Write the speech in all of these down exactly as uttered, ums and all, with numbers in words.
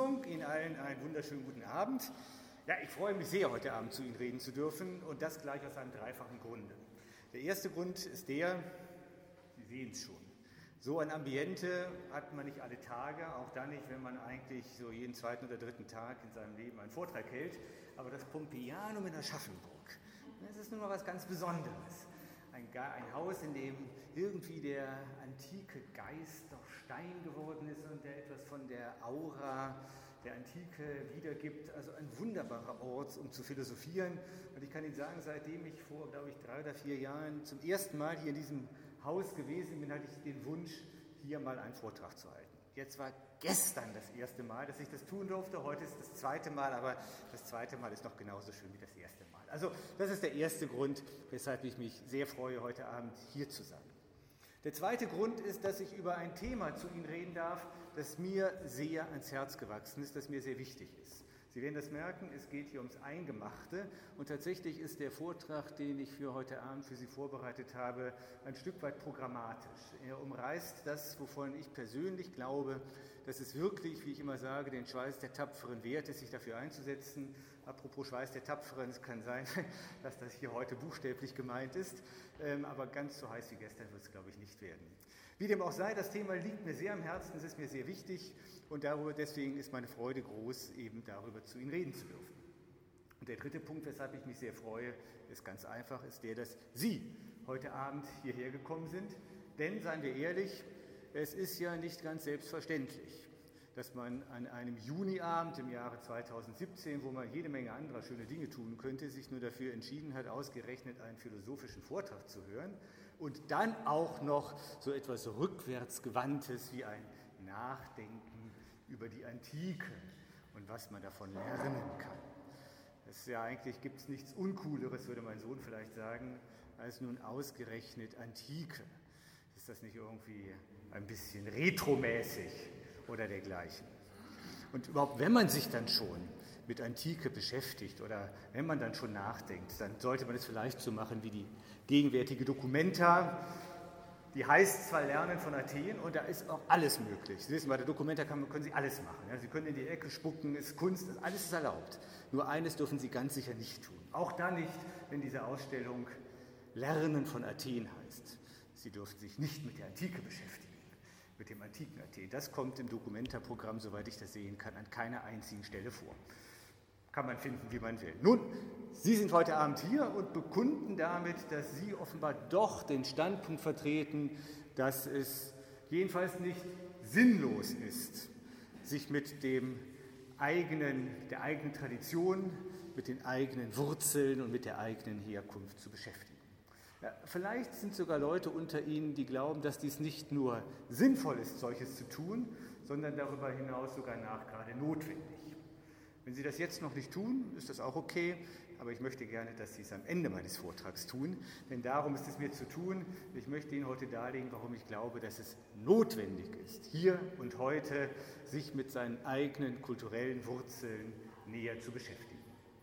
Begrüßung. Ihnen allen einen wunderschönen guten Abend. Ja, ich freue mich sehr, heute Abend zu Ihnen reden zu dürfen und das gleich aus einem dreifachen Grunde. Der erste Grund ist der, Sie sehen es schon, so ein Ambiente hat man nicht alle Tage, auch dann nicht, wenn man eigentlich so jeden zweiten oder dritten Tag in seinem Leben einen Vortrag hält. Aber das Pompeianum in Aschaffenburg, das ist nun mal was ganz Besonderes. Ein, ein Haus, in dem irgendwie der antike Geist doch Stein geworden ist und der etwas von der Aura der Antike wiedergibt. Also ein wunderbarer Ort, um zu philosophieren. Und ich kann Ihnen sagen, seitdem ich vor, glaube ich, drei oder vier Jahren zum ersten Mal hier in diesem Haus gewesen bin, hatte ich den Wunsch, hier mal einen Vortrag zu halten. Jetzt war gestern das erste Mal, dass ich das tun durfte. Heute ist das zweite Mal, aber das zweite Mal ist noch genauso schön wie das erste Mal. Also das ist der erste Grund, weshalb ich mich sehr freue, heute Abend hier zu sein. Der zweite Grund ist, dass ich über ein Thema zu Ihnen reden darf, das mir sehr ans Herz gewachsen ist, das mir sehr wichtig ist. Sie werden das merken, es geht hier ums Eingemachte und tatsächlich ist der Vortrag, den ich für heute Abend für Sie vorbereitet habe, ein Stück weit programmatisch. Er umreißt das, wovon ich persönlich glaube, dass es wirklich, wie ich immer sage, den Schweiß der Tapferen wert ist, sich dafür einzusetzen. Apropos Schweiß der Tapferen, es kann sein, dass das hier heute buchstäblich gemeint ist, aber ganz so heiß wie gestern wird es, glaube ich, nicht werden. Wie dem auch sei, das Thema liegt mir sehr am Herzen, es ist mir sehr wichtig und darüber, deswegen ist meine Freude groß, eben darüber zu Ihnen reden zu dürfen. Und der dritte Punkt, weshalb ich mich sehr freue, ist ganz einfach, ist der, dass Sie heute Abend hierher gekommen sind. Denn, seien wir ehrlich, es ist ja nicht ganz selbstverständlich, dass man an einem Juniabend im Jahre zweitausendsiebzehn, wo man jede Menge anderer schöne Dinge tun könnte, sich nur dafür entschieden hat, ausgerechnet einen philosophischen Vortrag zu hören und dann auch noch so etwas Rückwärtsgewandtes wie ein Nachdenken über die Antike und was man davon lernen kann. Das ist ja eigentlich, gibt es nichts Uncooleres, würde mein Sohn vielleicht sagen, als nun ausgerechnet Antike. Ist das nicht irgendwie ein bisschen retromäßig oder dergleichen? Und überhaupt, wenn man sich dann schon mit Antike beschäftigt oder wenn man dann schon nachdenkt, dann sollte man es vielleicht so machen wie die gegenwärtige Documenta. Die heißt zwar Lernen von Athen und da ist auch alles möglich. Sie wissen, bei der Documenta kann, können Sie alles machen. Ja? Sie können in die Ecke spucken, ist Kunst, alles ist erlaubt. Nur eines dürfen Sie ganz sicher nicht tun. Auch dann nicht, wenn diese Ausstellung Lernen von Athen heißt. Sie dürfen sich nicht mit der Antike beschäftigen, mit dem antiken Athen. Das kommt im Documenta-Programm, soweit ich das sehen kann, an keiner einzigen Stelle vor. Kann man finden, wie man will. Nun, Sie sind heute Abend hier und bekunden damit, dass Sie offenbar doch den Standpunkt vertreten, dass es jedenfalls nicht sinnlos ist, sich mit dem eigenen, der eigenen Tradition, mit den eigenen Wurzeln und mit der eigenen Herkunft zu beschäftigen. Ja, vielleicht sind sogar Leute unter Ihnen, die glauben, dass dies nicht nur sinnvoll ist, solches zu tun, sondern darüber hinaus sogar nachgerade notwendig. Wenn Sie das jetzt noch nicht tun, ist das auch okay, aber ich möchte gerne, dass Sie es am Ende meines Vortrags tun, denn darum ist es mir zu tun. Ich möchte Ihnen heute darlegen, warum ich glaube, dass es notwendig ist, hier und heute sich mit seinen eigenen kulturellen Wurzeln näher zu beschäftigen.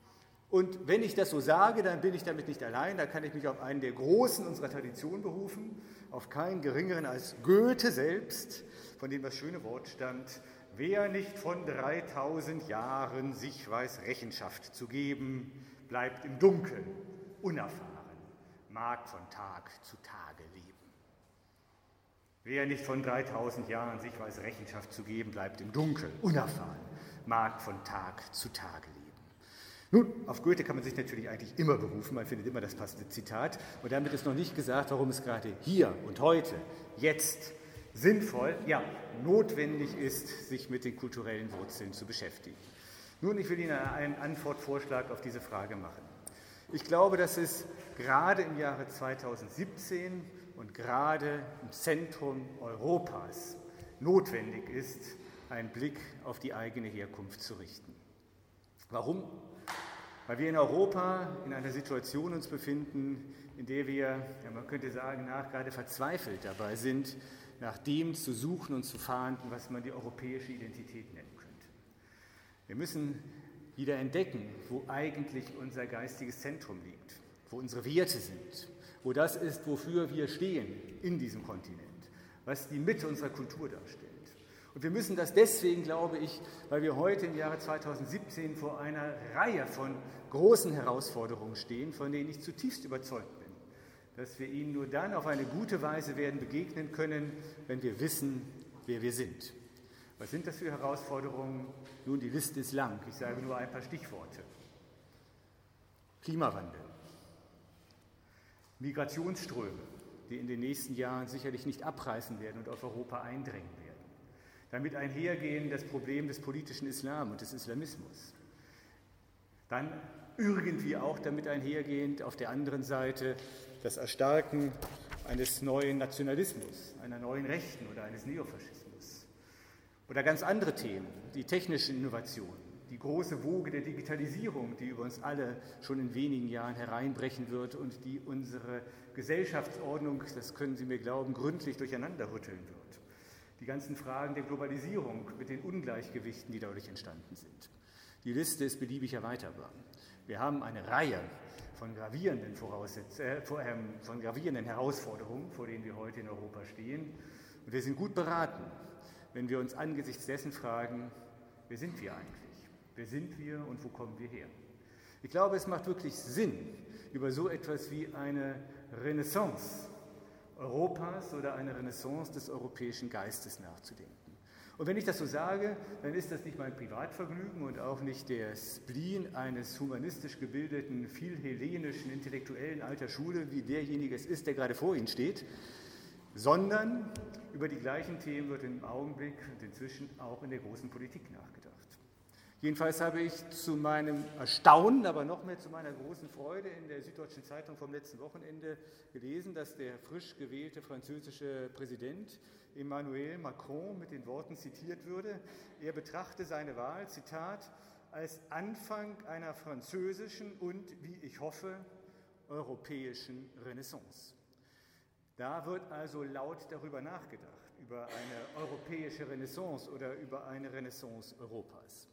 Und wenn ich das so sage, dann bin ich damit nicht allein, da kann ich mich auf einen der Großen unserer Tradition berufen, auf keinen geringeren als Goethe selbst, von dem das schöne Wort stammt: Wer nicht von dreitausend Jahren sich weiß Rechenschaft zu geben, bleibt im Dunkeln, unerfahren, mag von Tag zu Tage leben. Wer nicht von dreitausend Jahren sich weiß Rechenschaft zu geben, bleibt im Dunkeln, unerfahren, mag von Tag zu Tage leben. Nun, auf Goethe kann man sich natürlich eigentlich immer berufen, man findet immer das passende Zitat. Und damit ist noch nicht gesagt, warum es gerade hier und heute, jetzt, sinnvoll, ja, notwendig ist, sich mit den kulturellen Wurzeln zu beschäftigen. Nun, ich will Ihnen einen Antwortvorschlag auf diese Frage machen. Ich glaube, dass es gerade im Jahre zweitausendsiebzehn und gerade im Zentrum Europas notwendig ist, einen Blick auf die eigene Herkunft zu richten. Warum? Weil wir in Europa in einer Situation uns befinden, in der wir, ja, man könnte sagen, nachgerade verzweifelt dabei sind, nach dem zu suchen und zu fahnden, was man die europäische Identität nennen könnte. Wir müssen wieder entdecken, wo eigentlich unser geistiges Zentrum liegt, wo unsere Werte sind, wo das ist, wofür wir stehen in diesem Kontinent, was die Mitte unserer Kultur darstellt. Und wir müssen das deswegen, glaube ich, weil wir heute im Jahre zweitausendsiebzehn vor einer Reihe von großen Herausforderungen stehen, von denen ich zutiefst überzeugt bin, dass wir ihnen nur dann auf eine gute Weise werden begegnen können, wenn wir wissen, wer wir sind. Was sind das für Herausforderungen? Nun, die Liste ist lang. Ich sage nur ein paar Stichworte. Klimawandel, Migrationsströme, die in den nächsten Jahren sicherlich nicht abreißen werden und auf Europa eindrängen werden. Damit einhergehen das Problem des politischen Islam und des Islamismus. Dann irgendwie auch damit einhergehend auf der anderen Seite das Erstarken eines neuen Nationalismus, einer neuen Rechten oder eines Neofaschismus. Oder ganz andere Themen, die technische Innovation, die große Woge der Digitalisierung, die über uns alle schon in wenigen Jahren hereinbrechen wird und die unsere Gesellschaftsordnung, das können Sie mir glauben, gründlich durcheinanderrütteln wird. Die ganzen Fragen der Globalisierung mit den Ungleichgewichten, die dadurch entstanden sind. Die Liste ist beliebig erweiterbar. Wir haben eine Reihe von gravierenden, Voraussetz- äh, von gravierenden Herausforderungen, vor denen wir heute in Europa stehen. Und wir sind gut beraten, wenn wir uns angesichts dessen fragen, wer sind wir eigentlich? Wer sind wir und wo kommen wir her? Ich glaube, es macht wirklich Sinn, über so etwas wie eine Renaissance Europas oder eine Renaissance des europäischen Geistes nachzudenken. Und wenn ich das so sage, dann ist das nicht mein Privatvergnügen und auch nicht der Spleen eines humanistisch gebildeten, philhellenischen Intellektuellen alter Schule, wie derjenige es ist, der gerade vor Ihnen steht, sondern über die gleichen Themen wird im Augenblick und inzwischen auch in der großen Politik nachgedacht. Jedenfalls habe ich zu meinem Erstaunen, aber noch mehr zu meiner großen Freude in der Süddeutschen Zeitung vom letzten Wochenende gelesen, dass der frisch gewählte französische Präsident Emmanuel Macron mit den Worten zitiert würde, er betrachte seine Wahl, Zitat, als Anfang einer französischen und, wie ich hoffe, europäischen Renaissance. Da wird also laut darüber nachgedacht, über eine europäische Renaissance oder über eine Renaissance Europas.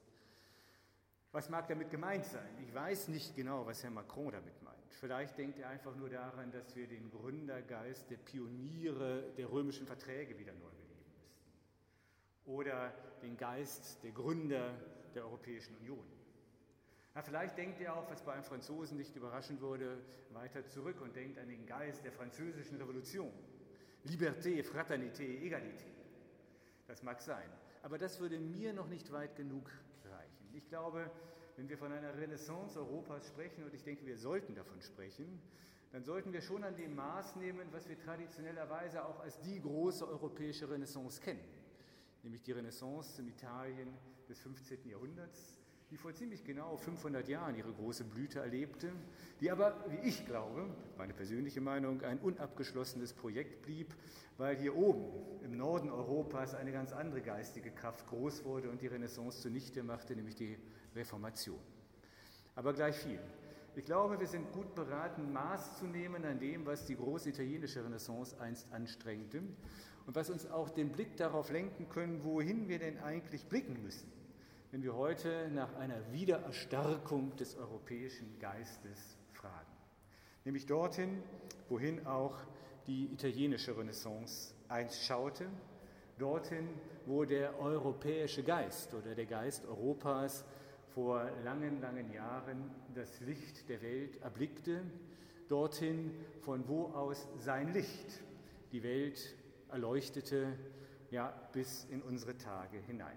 Was mag damit gemeint sein? Ich weiß nicht genau, was Herr Macron damit meint. Vielleicht denkt er einfach nur daran, dass wir den Gründergeist der Pioniere der römischen Verträge wieder neu beleben müssten. Oder den Geist der Gründer der Europäischen Union. Na, vielleicht denkt er auch, was bei einem Franzosen nicht überraschen würde, weiter zurück und denkt an den Geist der französischen Revolution. Liberté, Fraternité, Egalité. Das mag sein. Aber das würde mir noch nicht weit genug reichen. Ich glaube, wenn wir von einer Renaissance Europas sprechen, und ich denke, wir sollten davon sprechen, dann sollten wir schon an dem Maß nehmen, was wir traditionellerweise auch als die große europäische Renaissance kennen, nämlich die Renaissance in Italien des fünfzehnten Jahrhunderts, die vor ziemlich genau fünfhundert Jahren ihre große Blüte erlebte, die aber, wie ich glaube, meine persönliche Meinung, ein unabgeschlossenes Projekt blieb, weil hier oben im Norden Europas eine ganz andere geistige Kraft groß wurde und die Renaissance zunichte machte, nämlich die Reformation. Aber gleich viel. Ich glaube, wir sind gut beraten, Maß zu nehmen an dem, was die große italienische Renaissance einst anstrengte und was uns auch den Blick darauf lenken können, wohin wir denn eigentlich blicken müssen, wenn wir heute nach einer Wiedererstarkung des europäischen Geistes fragen. Nämlich dorthin, wohin auch die italienische Renaissance einst schaute, dorthin, wo der europäische Geist oder der Geist Europas vor langen, langen Jahren das Licht der Welt erblickte, dorthin, von wo aus sein Licht die Welt erleuchtete, ja, bis in unsere Tage hinein.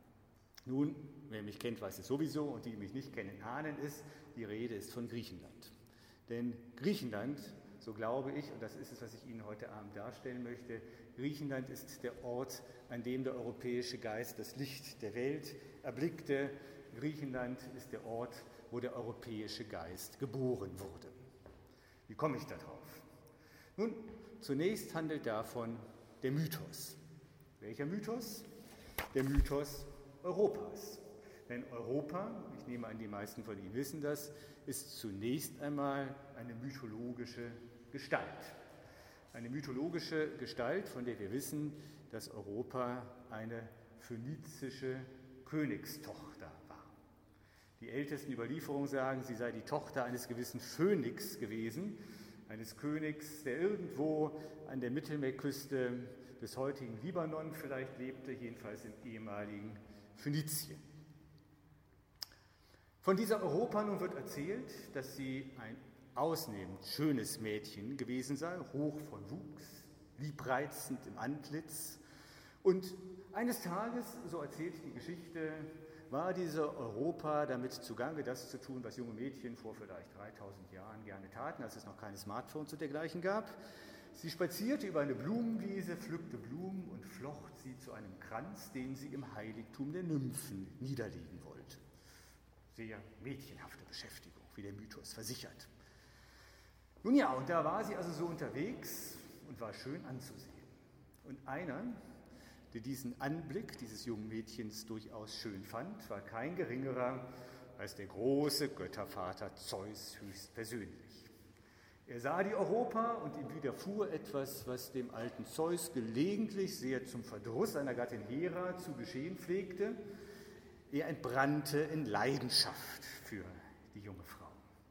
Nun, wer mich kennt, weiß es sowieso, und die, die mich nicht kennen, ahnen es, die Rede ist von Griechenland. Denn Griechenland, so glaube ich, und das ist es, was ich Ihnen heute Abend darstellen möchte, Griechenland ist der Ort, an dem der europäische Geist das Licht der Welt erblickte. Griechenland ist der Ort, wo der europäische Geist geboren wurde. Wie komme ich darauf? Nun, zunächst handelt davon der Mythos. Welcher Mythos? Der Mythos Europas. Denn Europa, ich nehme an, die meisten von Ihnen wissen das, ist zunächst einmal eine mythologische Gestalt. Eine mythologische Gestalt, von der wir wissen, dass Europa eine phönizische Königstochter war. Die ältesten Überlieferungen sagen, sie sei die Tochter eines gewissen Phönix gewesen, eines Königs, der irgendwo an der Mittelmeerküste des heutigen Libanon vielleicht lebte, jedenfalls im ehemaligen Phönizien. Von dieser Europa nun wird erzählt, dass sie ein ausnehmend schönes Mädchen gewesen sei, hoch von Wuchs, liebreizend im Antlitz. Und eines Tages, so erzählt die Geschichte, war diese Europa damit zugange, das zu tun, was junge Mädchen vor vielleicht dreitausend Jahren gerne taten, als es noch keine Smartphones und dergleichen gab. Sie spazierte über eine Blumenwiese, pflückte Blumen und flocht sie zu einem Kranz, den sie im Heiligtum der Nymphen niederlegen wollte. Sehr mädchenhafte Beschäftigung, wie der Mythos versichert. Nun ja, und da war sie also so unterwegs und war schön anzusehen. Und einer, der diesen Anblick dieses jungen Mädchens durchaus schön fand, war kein geringerer als der große Göttervater Zeus höchstpersönlich. Er sah die Europa und ihm widerfuhr etwas, was dem alten Zeus gelegentlich sehr zum Verdruss seiner Gattin Hera zu geschehen pflegte. Er entbrannte in Leidenschaft für die junge Frau.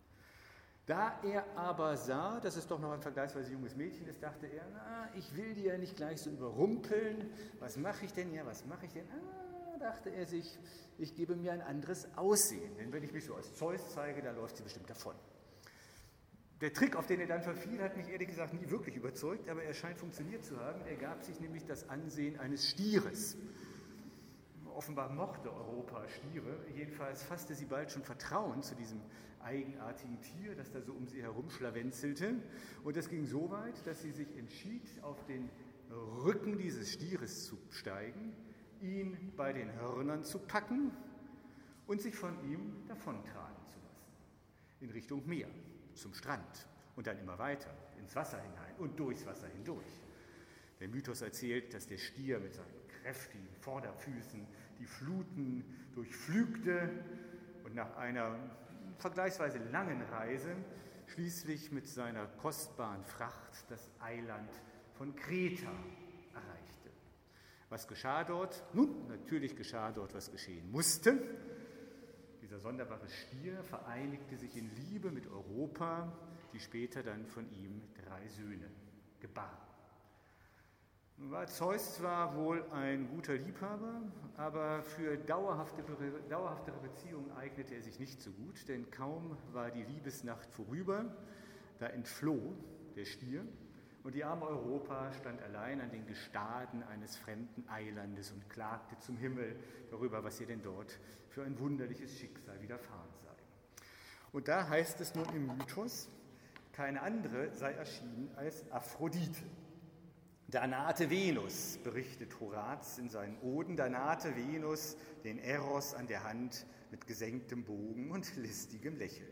Da er aber sah, dass es doch noch ein vergleichsweise junges Mädchen ist, dachte er, na, ich will die ja nicht gleich so überrumpeln. Was mache ich denn? Ja, was mache ich denn? Ah, dachte er sich, ich gebe mir ein anderes Aussehen. Denn wenn ich mich so als Zeus zeige, dann läuft sie bestimmt davon. Der Trick, auf den er dann verfiel, hat mich ehrlich gesagt nie wirklich überzeugt, aber er scheint funktioniert zu haben. Er gab sich nämlich das Ansehen eines Stieres. Offenbar mochte Europa Stiere, jedenfalls fasste sie bald schon Vertrauen zu diesem eigenartigen Tier, das da so um sie herum schlawenzelte. Und das ging so weit, dass sie sich entschied, auf den Rücken dieses Stieres zu steigen, ihn bei den Hörnern zu packen und sich von ihm davontragen zu lassen. In Richtung Meer, zum Strand und dann immer weiter, ins Wasser hinein und durchs Wasser hindurch. Der Mythos erzählt, dass der Stier mit seinen kräftigen Vorderfüßen die Fluten durchflügte und nach einer vergleichsweise langen Reise schließlich mit seiner kostbaren Fracht das Eiland von Kreta erreichte. Was geschah dort? Nun, natürlich geschah dort, was geschehen musste. Dieser sonderbare Stier vereinigte sich in Liebe mit Europa, die später dann von ihm drei Söhne gebar. Nun war Zeus zwar wohl ein guter Liebhaber, aber für dauerhafte, dauerhaftere Beziehungen eignete er sich nicht so gut, denn kaum war die Liebesnacht vorüber, da entfloh der Stier und die arme Europa stand allein an den Gestaden eines fremden Eilandes und klagte zum Himmel darüber, was ihr denn dort für ein wunderliches Schicksal widerfahren sei. Und da heißt es nun im Mythos, keine andere sei erschienen als Aphrodite. Da nahte Venus, berichtet Horaz in seinen Oden, da nahte Venus den Eros an der Hand mit gesenktem Bogen und listigem Lächeln.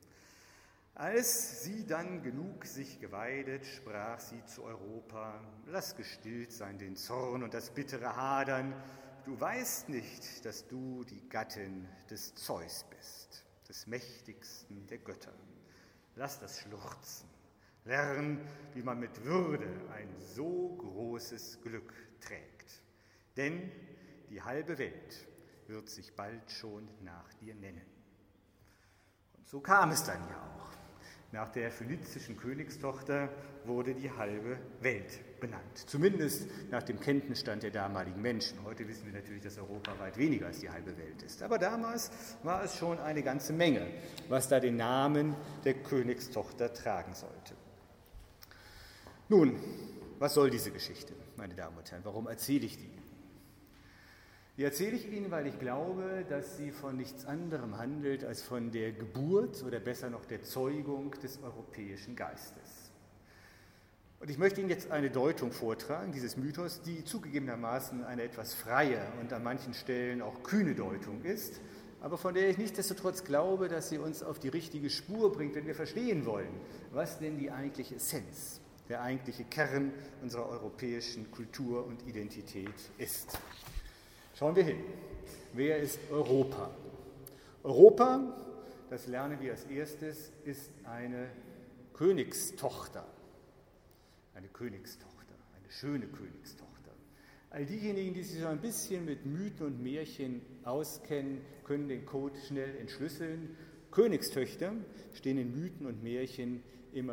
Als sie dann genug sich geweidet, sprach sie zu Europa, lass gestillt sein den Zorn und das bittere Hadern, du weißt nicht, dass du die Gattin des Zeus bist, des mächtigsten der Götter. Lass das Schluchzen. Lern, wie man mit Würde ein so großes Glück trägt. Denn die halbe Welt wird sich bald schon nach dir nennen. Und so kam es dann ja auch. Nach der phönizischen Königstochter wurde die halbe Welt benannt. Zumindest nach dem Kenntnisstand der damaligen Menschen. Heute wissen wir natürlich, dass Europa weit weniger als die halbe Welt ist. Aber damals war es schon eine ganze Menge, was da den Namen der Königstochter tragen sollte. Nun, was soll diese Geschichte, meine Damen und Herren? Warum erzähle ich die? Die erzähle ich Ihnen, weil ich glaube, dass sie von nichts anderem handelt als von der Geburt oder besser noch der Zeugung des europäischen Geistes. Und ich möchte Ihnen jetzt eine Deutung vortragen, dieses Mythos, die zugegebenermaßen eine etwas freie und an manchen Stellen auch kühne Deutung ist, aber von der ich nichtsdestotrotz glaube, dass sie uns auf die richtige Spur bringt, wenn wir verstehen wollen, was denn die eigentliche Essenz, der eigentliche Kern unserer europäischen Kultur und Identität ist. Schauen wir hin. Wer ist Europa? Europa, das lernen wir als erstes, ist eine Königstochter. Eine Königstochter, eine schöne Königstochter. All diejenigen, die sich so ein bisschen mit Mythen und Märchen auskennen, können den Code schnell entschlüsseln. Königstöchter stehen in Mythen und Märchen immer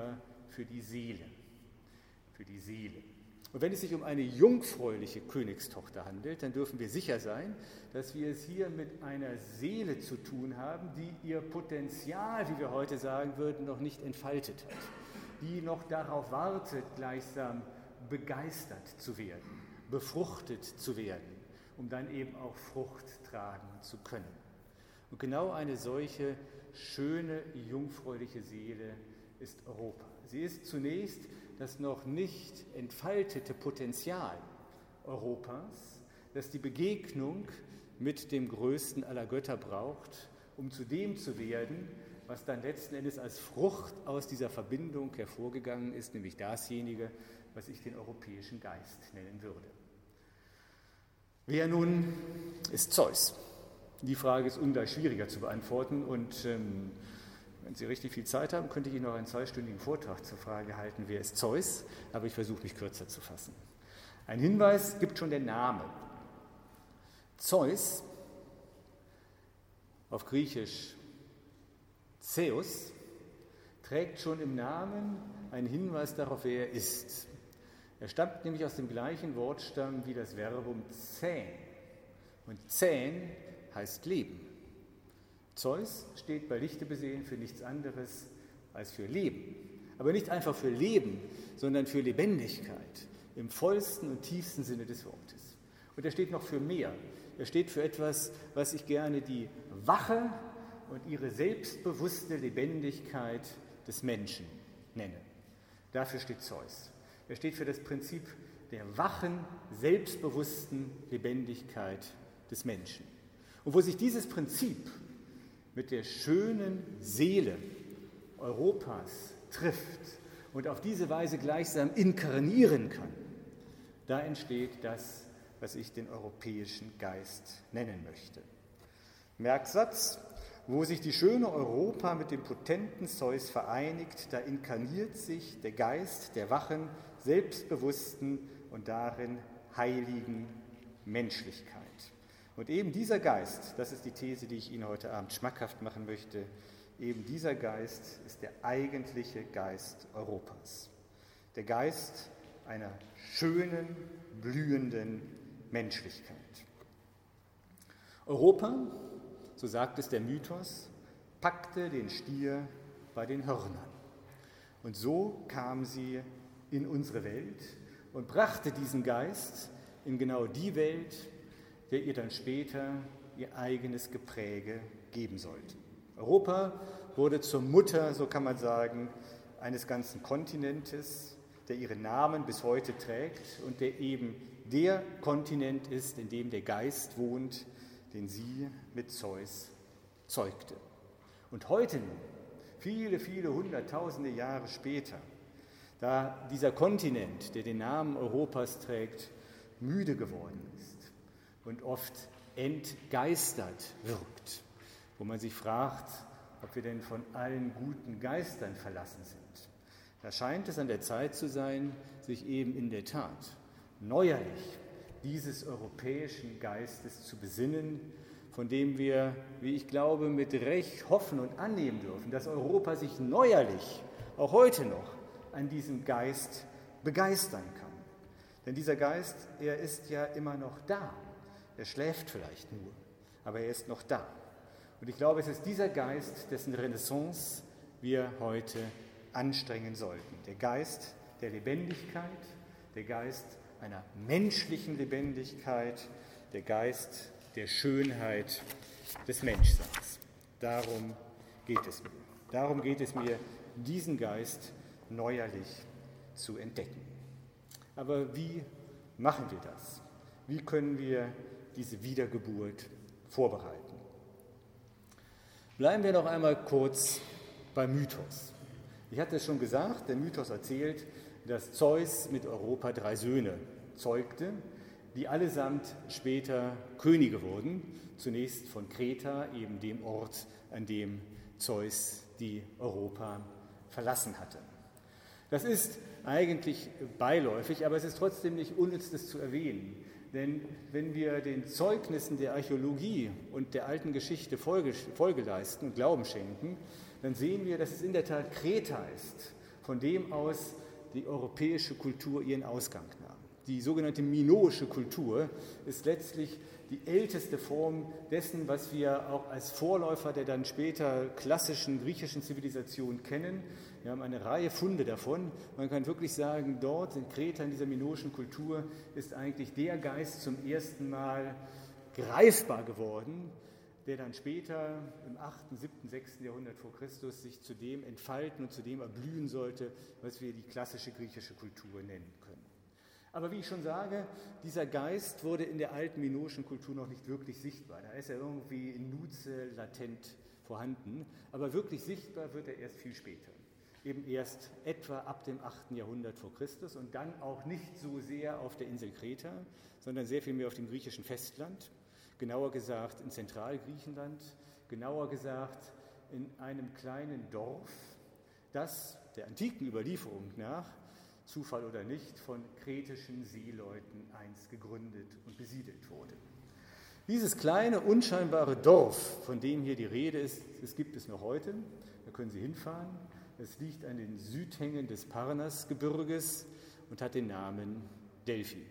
für die Seele. Für die Seele. Und wenn es sich um eine jungfräuliche Königstochter handelt, dann dürfen wir sicher sein, dass wir es hier mit einer Seele zu tun haben, die ihr Potenzial, wie wir heute sagen würden, noch nicht entfaltet hat, die noch darauf wartet, gleichsam begeistert zu werden, befruchtet zu werden, um dann eben auch Frucht tragen zu können. Und genau eine solche schöne, jungfräuliche Seele ist Europa. Sie ist zunächst das noch nicht entfaltete Potenzial Europas, das die Begegnung mit dem größten aller Götter braucht, um zu dem zu werden, was dann letzten Endes als Frucht aus dieser Verbindung hervorgegangen ist, nämlich dasjenige, was ich den europäischen Geist nennen würde. Wer nun ist Zeus? Die Frage ist ungleich schwieriger zu beantworten und ähm, wenn Sie richtig viel Zeit haben, könnte ich Ihnen noch einen zweistündigen Vortrag zur Frage halten, wer ist Zeus, aber ich versuche mich kürzer zu fassen. Ein Hinweis gibt schon der Name. Zeus, auf Griechisch Zeus, trägt schon im Namen einen Hinweis darauf, wer er ist. Er stammt nämlich aus dem gleichen Wortstamm wie das Verbum zähn. Und zähn heißt Leben. Zeus steht bei Lichte besehen für nichts anderes als für Leben. Aber nicht einfach für Leben, sondern für Lebendigkeit im vollsten und tiefsten Sinne des Wortes. Und er steht noch für mehr. Er steht für etwas, was ich gerne die Wache und ihre selbstbewusste Lebendigkeit des Menschen nenne. Dafür steht Zeus. Er steht für das Prinzip der wachen, selbstbewussten Lebendigkeit des Menschen. Und wo sich dieses Prinzip mit der schönen Seele Europas trifft und auf diese Weise gleichsam inkarnieren kann, da entsteht das, was ich den europäischen Geist nennen möchte. Merksatz: Wo sich die schöne Europa mit dem potenten Zeus vereinigt, da inkarniert sich der Geist der wachen, selbstbewussten und darin heiligen Menschlichkeit. Und eben dieser Geist, das ist die These, die ich Ihnen heute Abend schmackhaft machen möchte, eben dieser Geist ist der eigentliche Geist Europas. Der Geist einer schönen, blühenden Menschlichkeit. Europa, so sagt es der Mythos, packte den Stier bei den Hörnern. Und so kam sie in unsere Welt und brachte diesen Geist in genau die Welt, der ihr dann später ihr eigenes Gepräge geben sollte. Europa wurde zur Mutter, so kann man sagen, eines ganzen Kontinentes, der ihren Namen bis heute trägt und der eben der Kontinent ist, in dem der Geist wohnt, den sie mit Zeus zeugte. Und heute nun, viele, viele hunderttausende Jahre später, da dieser Kontinent, der den Namen Europas trägt, müde geworden ist und oft entgeistert wirkt, wo man sich fragt, ob wir denn von allen guten Geistern verlassen sind. Da scheint es an der Zeit zu sein, sich eben in der Tat neuerlich dieses europäischen Geistes zu besinnen, von dem wir, wie ich glaube, mit Recht hoffen und annehmen dürfen, dass Europa sich neuerlich, auch heute noch, an diesem Geist begeistern kann. Denn dieser Geist, er ist ja immer noch da. Er schläft vielleicht nur, aber er ist noch da. Und ich glaube, es ist dieser Geist, dessen Renaissance wir heute anstrengen sollten. Der Geist der Lebendigkeit, der Geist einer menschlichen Lebendigkeit, der Geist der Schönheit des Menschseins. Darum geht es mir. Darum geht es mir, diesen Geist neuerlich zu entdecken. Aber wie machen wir das? Wie können wir diese Wiedergeburt vorbereiten? Bleiben wir noch einmal kurz beim Mythos. Ich hatte es schon gesagt, der Mythos erzählt, dass Zeus mit Europa drei Söhne zeugte, die allesamt später Könige wurden, zunächst von Kreta, eben dem Ort, an dem Zeus die Europa verlassen hatte. Das ist eigentlich beiläufig, aber es ist trotzdem nicht unnütz, das zu erwähnen. Denn wenn wir den Zeugnissen der Archäologie und der alten Geschichte Folge, Folge leisten und Glauben schenken, dann sehen wir, dass es in der Tat Kreta ist, von dem aus die europäische Kultur ihren Ausgang nahm. Die sogenannte minoische Kultur ist letztlich die älteste Form dessen, was wir auch als Vorläufer der dann später klassischen griechischen Zivilisation kennen. Wir haben eine Reihe Funde davon. Man kann wirklich sagen, dort in Kreta, in dieser minoischen Kultur, ist eigentlich der Geist zum ersten Mal greifbar geworden, der dann später im achten, siebten, sechsten Jahrhundert vor Christus sich zu dem entfalten und zu dem erblühen sollte, was wir die klassische griechische Kultur nennen können. Aber wie ich schon sage, dieser Geist wurde in der alten minoischen Kultur noch nicht wirklich sichtbar. Da ist er irgendwie in Nutze latent vorhanden, aber wirklich sichtbar wird er erst viel später. Eben erst etwa ab dem achten Jahrhundert vor Christus und dann auch nicht so sehr auf der Insel Kreta, sondern sehr viel mehr auf dem griechischen Festland, genauer gesagt in Zentralgriechenland, genauer gesagt in einem kleinen Dorf, das der antiken Überlieferung nach, Zufall oder nicht, von kretischen Seeleuten einst gegründet und besiedelt wurde. Dieses kleine, unscheinbare Dorf, von dem hier die Rede ist, das gibt es noch heute, da können Sie hinfahren. Es liegt an den Südhängen des Parnasgebirges und hat den Namen Delphi.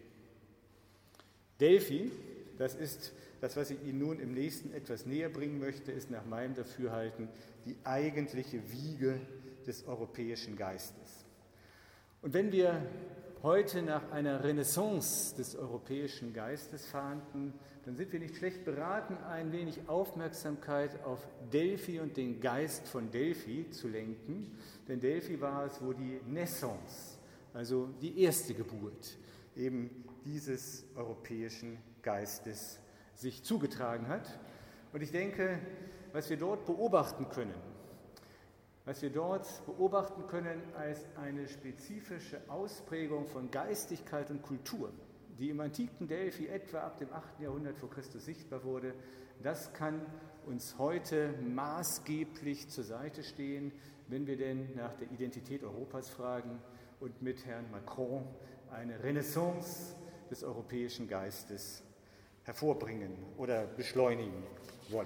Delphi, das ist das, was ich Ihnen nun im nächsten etwas näher bringen möchte, ist nach meinem Dafürhalten die eigentliche Wiege des europäischen Geistes. Und wenn wir heute nach einer Renaissance des europäischen Geistes fahnden, dann sind wir nicht schlecht beraten, ein wenig Aufmerksamkeit auf Delphi und den Geist von Delphi zu lenken. Denn Delphi war es, wo die Naissance, also die erste Geburt, eben dieses europäischen Geistes sich zugetragen hat. Und ich denke, was wir dort beobachten können, was wir dort beobachten können als eine spezifische Ausprägung von Geistigkeit und Kultur, die im antiken Delphi etwa ab dem achten Jahrhundert vor Christus sichtbar wurde, das kann uns heute maßgeblich zur Seite stehen, wenn wir denn nach der Identität Europas fragen und mit Herrn Macron eine Renaissance des europäischen Geistes hervorbringen oder beschleunigen wollen.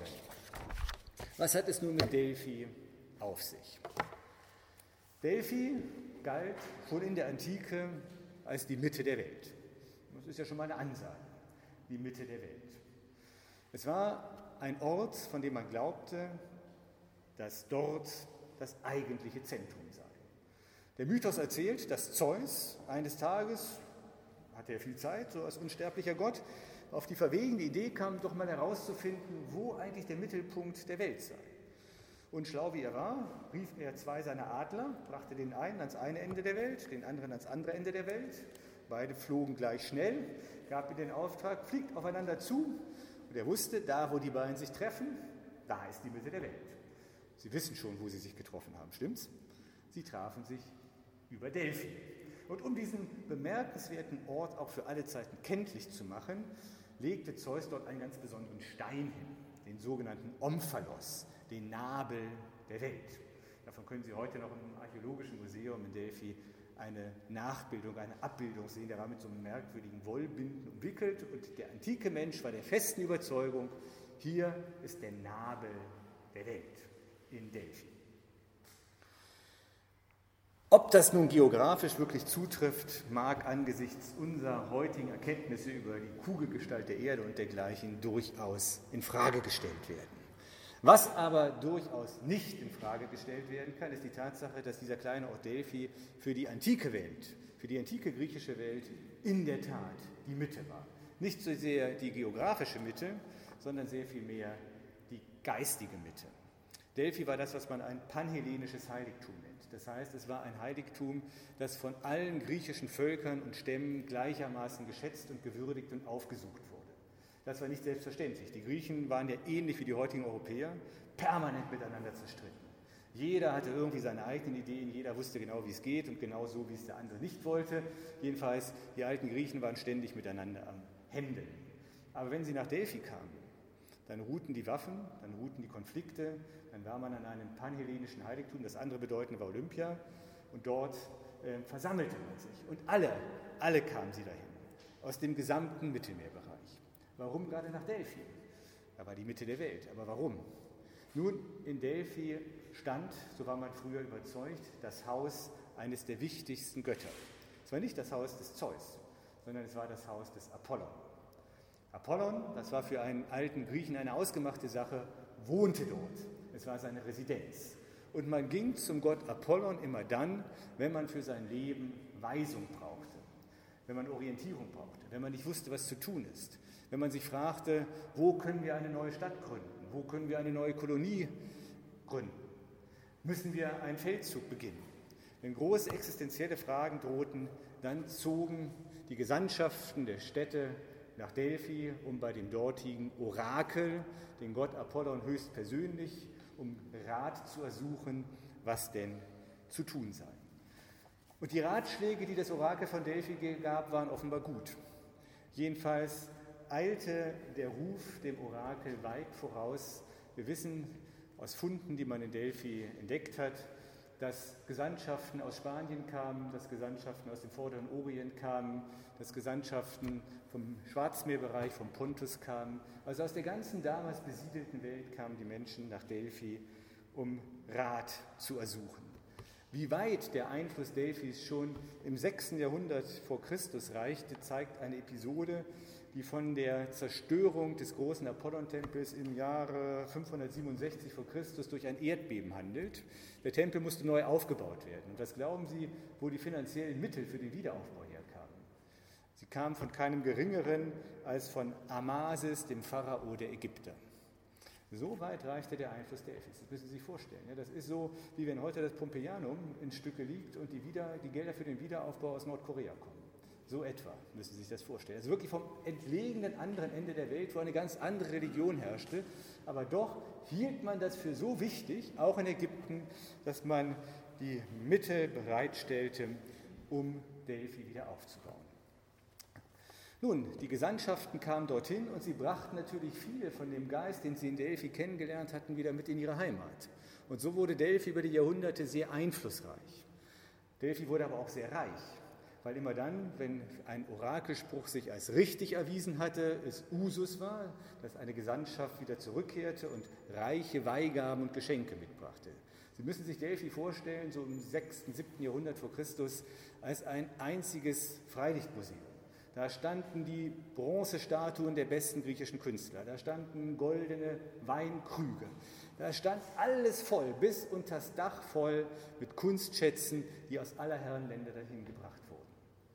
Was hat es nun mit Delphi auf sich? Delphi galt schon in der Antike als die Mitte der Welt. Das ist ja schon mal eine Ansage, die Mitte der Welt. Es war ein Ort, von dem man glaubte, dass dort das eigentliche Zentrum sei. Der Mythos erzählt, dass Zeus eines Tages, hatte er viel Zeit, so als unsterblicher Gott, auf die verwegene Idee kam, doch mal herauszufinden, wo eigentlich der Mittelpunkt der Welt sei. Und schlau wie er war, rief er zwei seiner Adler, brachte den einen ans eine Ende der Welt, den anderen ans andere Ende der Welt. Beide flogen gleich schnell, gab ihm den Auftrag, fliegt aufeinander zu. Und er wusste, da wo die beiden sich treffen, da ist die Mitte der Welt. Sie wissen schon, wo sie sich getroffen haben, stimmt's? Sie trafen sich über Delphi. Und um diesen bemerkenswerten Ort auch für alle Zeiten kenntlich zu machen, legte Zeus dort einen ganz besonderen Stein hin, den sogenannten Omphalos, den Nabel der Welt. Davon können Sie heute noch im Archäologischen Museum in Delphi eine Nachbildung, eine Abbildung sehen. Der war mit so einem merkwürdigen Wollbinden umwickelt und der antike Mensch war der festen Überzeugung, hier ist der Nabel der Welt in Delphi. Ob das nun geografisch wirklich zutrifft, mag angesichts unserer heutigen Erkenntnisse über die Kugelgestalt der Erde und dergleichen durchaus in Frage gestellt werden. Was aber durchaus nicht in Frage gestellt werden kann, ist die Tatsache, dass dieser kleine Ort Delphi für die antike Welt, für die antike griechische Welt in der Tat die Mitte war. Nicht so sehr die geografische Mitte, sondern sehr viel mehr die geistige Mitte. Delphi war das, was man ein panhellenisches Heiligtum nennt. Das heißt, es war ein Heiligtum, das von allen griechischen Völkern und Stämmen gleichermaßen geschätzt und gewürdigt und aufgesucht wurde. Das war nicht selbstverständlich. Die Griechen waren ja ähnlich wie die heutigen Europäer, permanent miteinander zerstritten. Jeder hatte irgendwie seine eigenen Ideen, jeder wusste genau, wie es geht und genau so, wie es der andere nicht wollte. Jedenfalls, die alten Griechen waren ständig miteinander am Händeln. Aber wenn sie nach Delphi kamen, dann ruhten die Waffen, dann ruhten die Konflikte, dann war man an einem panhellenischen Heiligtum, das andere bedeutende war Olympia, und dort äh, versammelte man sich. Und alle, alle kamen sie dahin, aus dem gesamten Mittelmeerbereich. Warum gerade nach Delphi? Da war die Mitte der Welt. Aber warum? Nun, in Delphi stand, so war man früher überzeugt, das Haus eines der wichtigsten Götter. Es war nicht das Haus des Zeus, sondern es war das Haus des Apollon. Apollon, das war für einen alten Griechen eine ausgemachte Sache, wohnte dort. Es war seine Residenz. Und man ging zum Gott Apollon immer dann, wenn man für sein Leben Weisung brauchte, wenn man Orientierung brauchte, wenn man nicht wusste, was zu tun ist, wenn man sich fragte, wo können wir eine neue Stadt gründen, wo können wir eine neue Kolonie gründen, müssen wir einen Feldzug beginnen. Wenn große existenzielle Fragen drohten, dann zogen die Gesandtschaften der Städte nach Delphi, um bei dem dortigen Orakel, den Gott Apollon höchstpersönlich, um Rat zu ersuchen, was denn zu tun sei. Und die Ratschläge, die das Orakel von Delphi gab, waren offenbar gut. Jedenfalls eilte der Ruf dem Orakel weit voraus. Wir wissen aus Funden, die man in Delphi entdeckt hat, dass Gesandtschaften aus Spanien kamen, dass Gesandtschaften aus dem Vorderen Orient kamen, dass Gesandtschaften vom Schwarzmeerbereich, vom Pontus kamen. Also aus der ganzen damals besiedelten Welt kamen die Menschen nach Delphi, um Rat zu ersuchen. Wie weit der Einfluss Delphis schon im sechsten Jahrhundert vor Christus reichte, zeigt eine Episode, die von der Zerstörung des großen Apollontempels im Jahre fünfhundertsiebenundsechzig vor Christus durch ein Erdbeben handelt. Der Tempel musste neu aufgebaut werden. Und was glauben Sie, wo die finanziellen Mittel für den Wiederaufbau herkamen? Sie kamen von keinem Geringeren als von Amasis, dem Pharao der Ägypter. So weit reichte der Einfluss Delphis. Das müssen Sie sich vorstellen. Das ist so, wie wenn heute das Pompeianum in Stücke liegt und die, wieder, die Gelder für den Wiederaufbau aus Nordkorea kommen. So etwa müssen Sie sich das vorstellen. Also wirklich vom entlegenen anderen Ende der Welt, wo eine ganz andere Religion herrschte. Aber doch hielt man das für so wichtig, auch in Ägypten, dass man die Mittel bereitstellte, um Delphi wieder aufzubauen. Nun, die Gesandtschaften kamen dorthin und sie brachten natürlich viele von dem Geist, den sie in Delphi kennengelernt hatten, wieder mit in ihre Heimat. Und so wurde Delphi über die Jahrhunderte sehr einflussreich. Delphi wurde aber auch sehr reich, weil immer dann, wenn ein Orakelspruch sich als richtig erwiesen hatte, es Usus war, dass eine Gesandtschaft wieder zurückkehrte und reiche Weihgaben und Geschenke mitbrachte. Sie müssen sich Delphi vorstellen, so im sechsten, siebten Jahrhundert vor Christus, als ein einziges Freilichtmuseum. Da standen die Bronzestatuen der besten griechischen Künstler, da standen goldene Weinkrüge, da stand alles voll, bis unters Dach voll mit Kunstschätzen, die aus aller Herren Länder dahin gebracht wurden.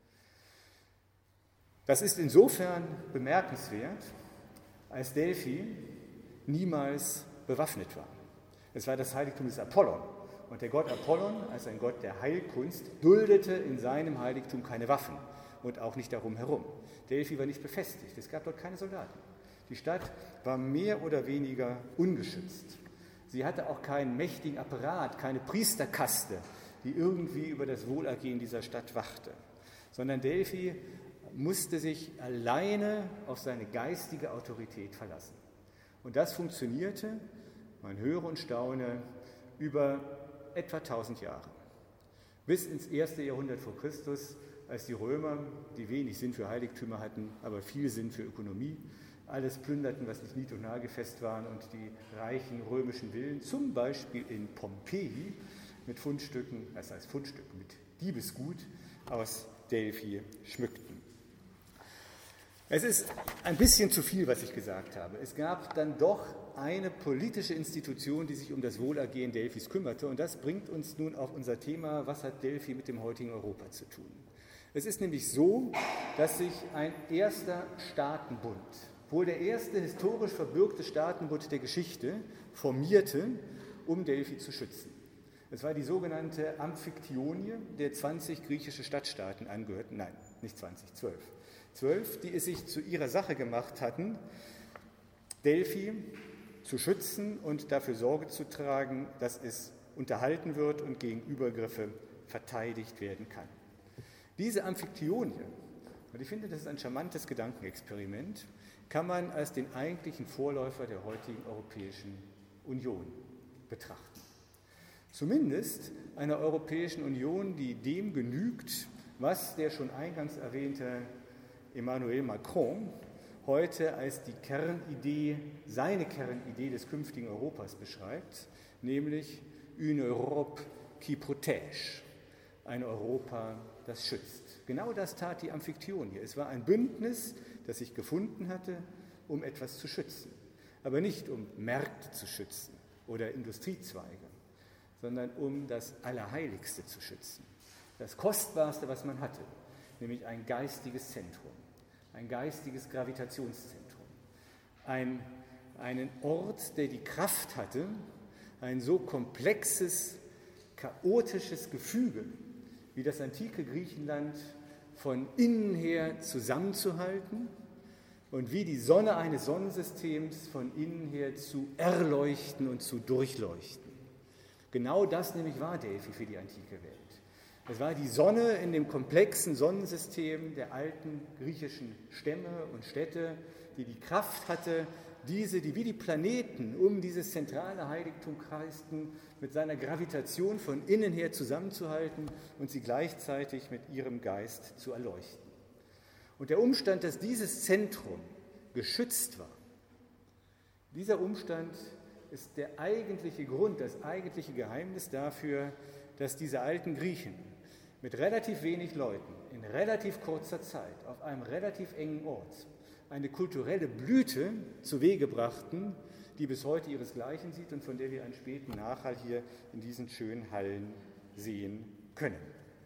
Das ist insofern bemerkenswert, als Delphi niemals bewaffnet war. Es war das Heiligtum des Apollon. Und der Gott Apollon, als ein Gott der Heilkunst, duldete in seinem Heiligtum keine Waffen. Und auch nicht darum herum. Delphi war nicht befestigt, es gab dort keine Soldaten. Die Stadt war mehr oder weniger ungeschützt. Sie hatte auch keinen mächtigen Apparat, keine Priesterkaste, die irgendwie über das Wohlergehen dieser Stadt wachte. Sondern Delphi musste sich alleine auf seine geistige Autorität verlassen. Und das funktionierte, man höre und staune, über etwa tausend Jahre. Bis ins erste Jahrhundert vor Christus, als die Römer, die wenig Sinn für Heiligtümer hatten, aber viel Sinn für Ökonomie, alles plünderten, was nicht nied- und nagelfest waren und die reichen römischen Villen, zum Beispiel in Pompeji, mit Fundstücken, das heißt Fundstücken, mit Diebesgut aus Delphi schmückten. Es ist ein bisschen zu viel, was ich gesagt habe. Es gab dann doch eine politische Institution, die sich um das Wohlergehen Delphis kümmerte. Und das bringt uns nun auf unser Thema, was hat Delphi mit dem heutigen Europa zu tun? Es ist nämlich so, dass sich ein erster Staatenbund, wohl der erste historisch verbürgte Staatenbund der Geschichte, formierte, um Delphi zu schützen. Es war die sogenannte Amphiktionie, der zwanzig griechische Stadtstaaten angehörten, nein, nicht zwanzig, zwölf. Zwölf, die es sich zu ihrer Sache gemacht hatten, Delphi zu schützen und dafür Sorge zu tragen, dass es unterhalten wird und gegen Übergriffe verteidigt werden kann. Diese Amphiktionie, und ich finde, das ist ein charmantes Gedankenexperiment, kann man als den eigentlichen Vorläufer der heutigen Europäischen Union betrachten. Zumindest einer Europäischen Union, die dem genügt, was der schon eingangs erwähnte Emmanuel Macron heute als die Kernidee, seine Kernidee des künftigen Europas beschreibt, nämlich une Europe qui protège, ein Europa, das schützt. Genau das tat die Amphiktion hier. Es war ein Bündnis, das sich gefunden hatte, um etwas zu schützen. Aber nicht um Märkte zu schützen oder Industriezweige, sondern um das Allerheiligste zu schützen. Das Kostbarste, was man hatte, nämlich ein geistiges Zentrum, ein geistiges Gravitationszentrum, ein, einen Ort, der die Kraft hatte, ein so komplexes, chaotisches Gefüge wie das antike Griechenland von innen her zusammenzuhalten und wie die Sonne eines Sonnensystems von innen her zu erleuchten und zu durchleuchten. Genau das nämlich war Delphi für die antike Welt. Es war die Sonne in dem komplexen Sonnensystem der alten griechischen Stämme und Städte, die die Kraft hatte, diese, die wie die Planeten um dieses zentrale Heiligtum kreisten, mit seiner Gravitation von innen her zusammenzuhalten und sie gleichzeitig mit ihrem Geist zu erleuchten. Und der Umstand, dass dieses Zentrum geschützt war, dieser Umstand ist der eigentliche Grund, das eigentliche Geheimnis dafür, dass diese alten Griechen mit relativ wenig Leuten in relativ kurzer Zeit auf einem relativ engen Ort eine kulturelle Blüte zu Wege brachten, die bis heute ihresgleichen sieht und von der wir einen späten Nachhall hier in diesen schönen Hallen sehen können.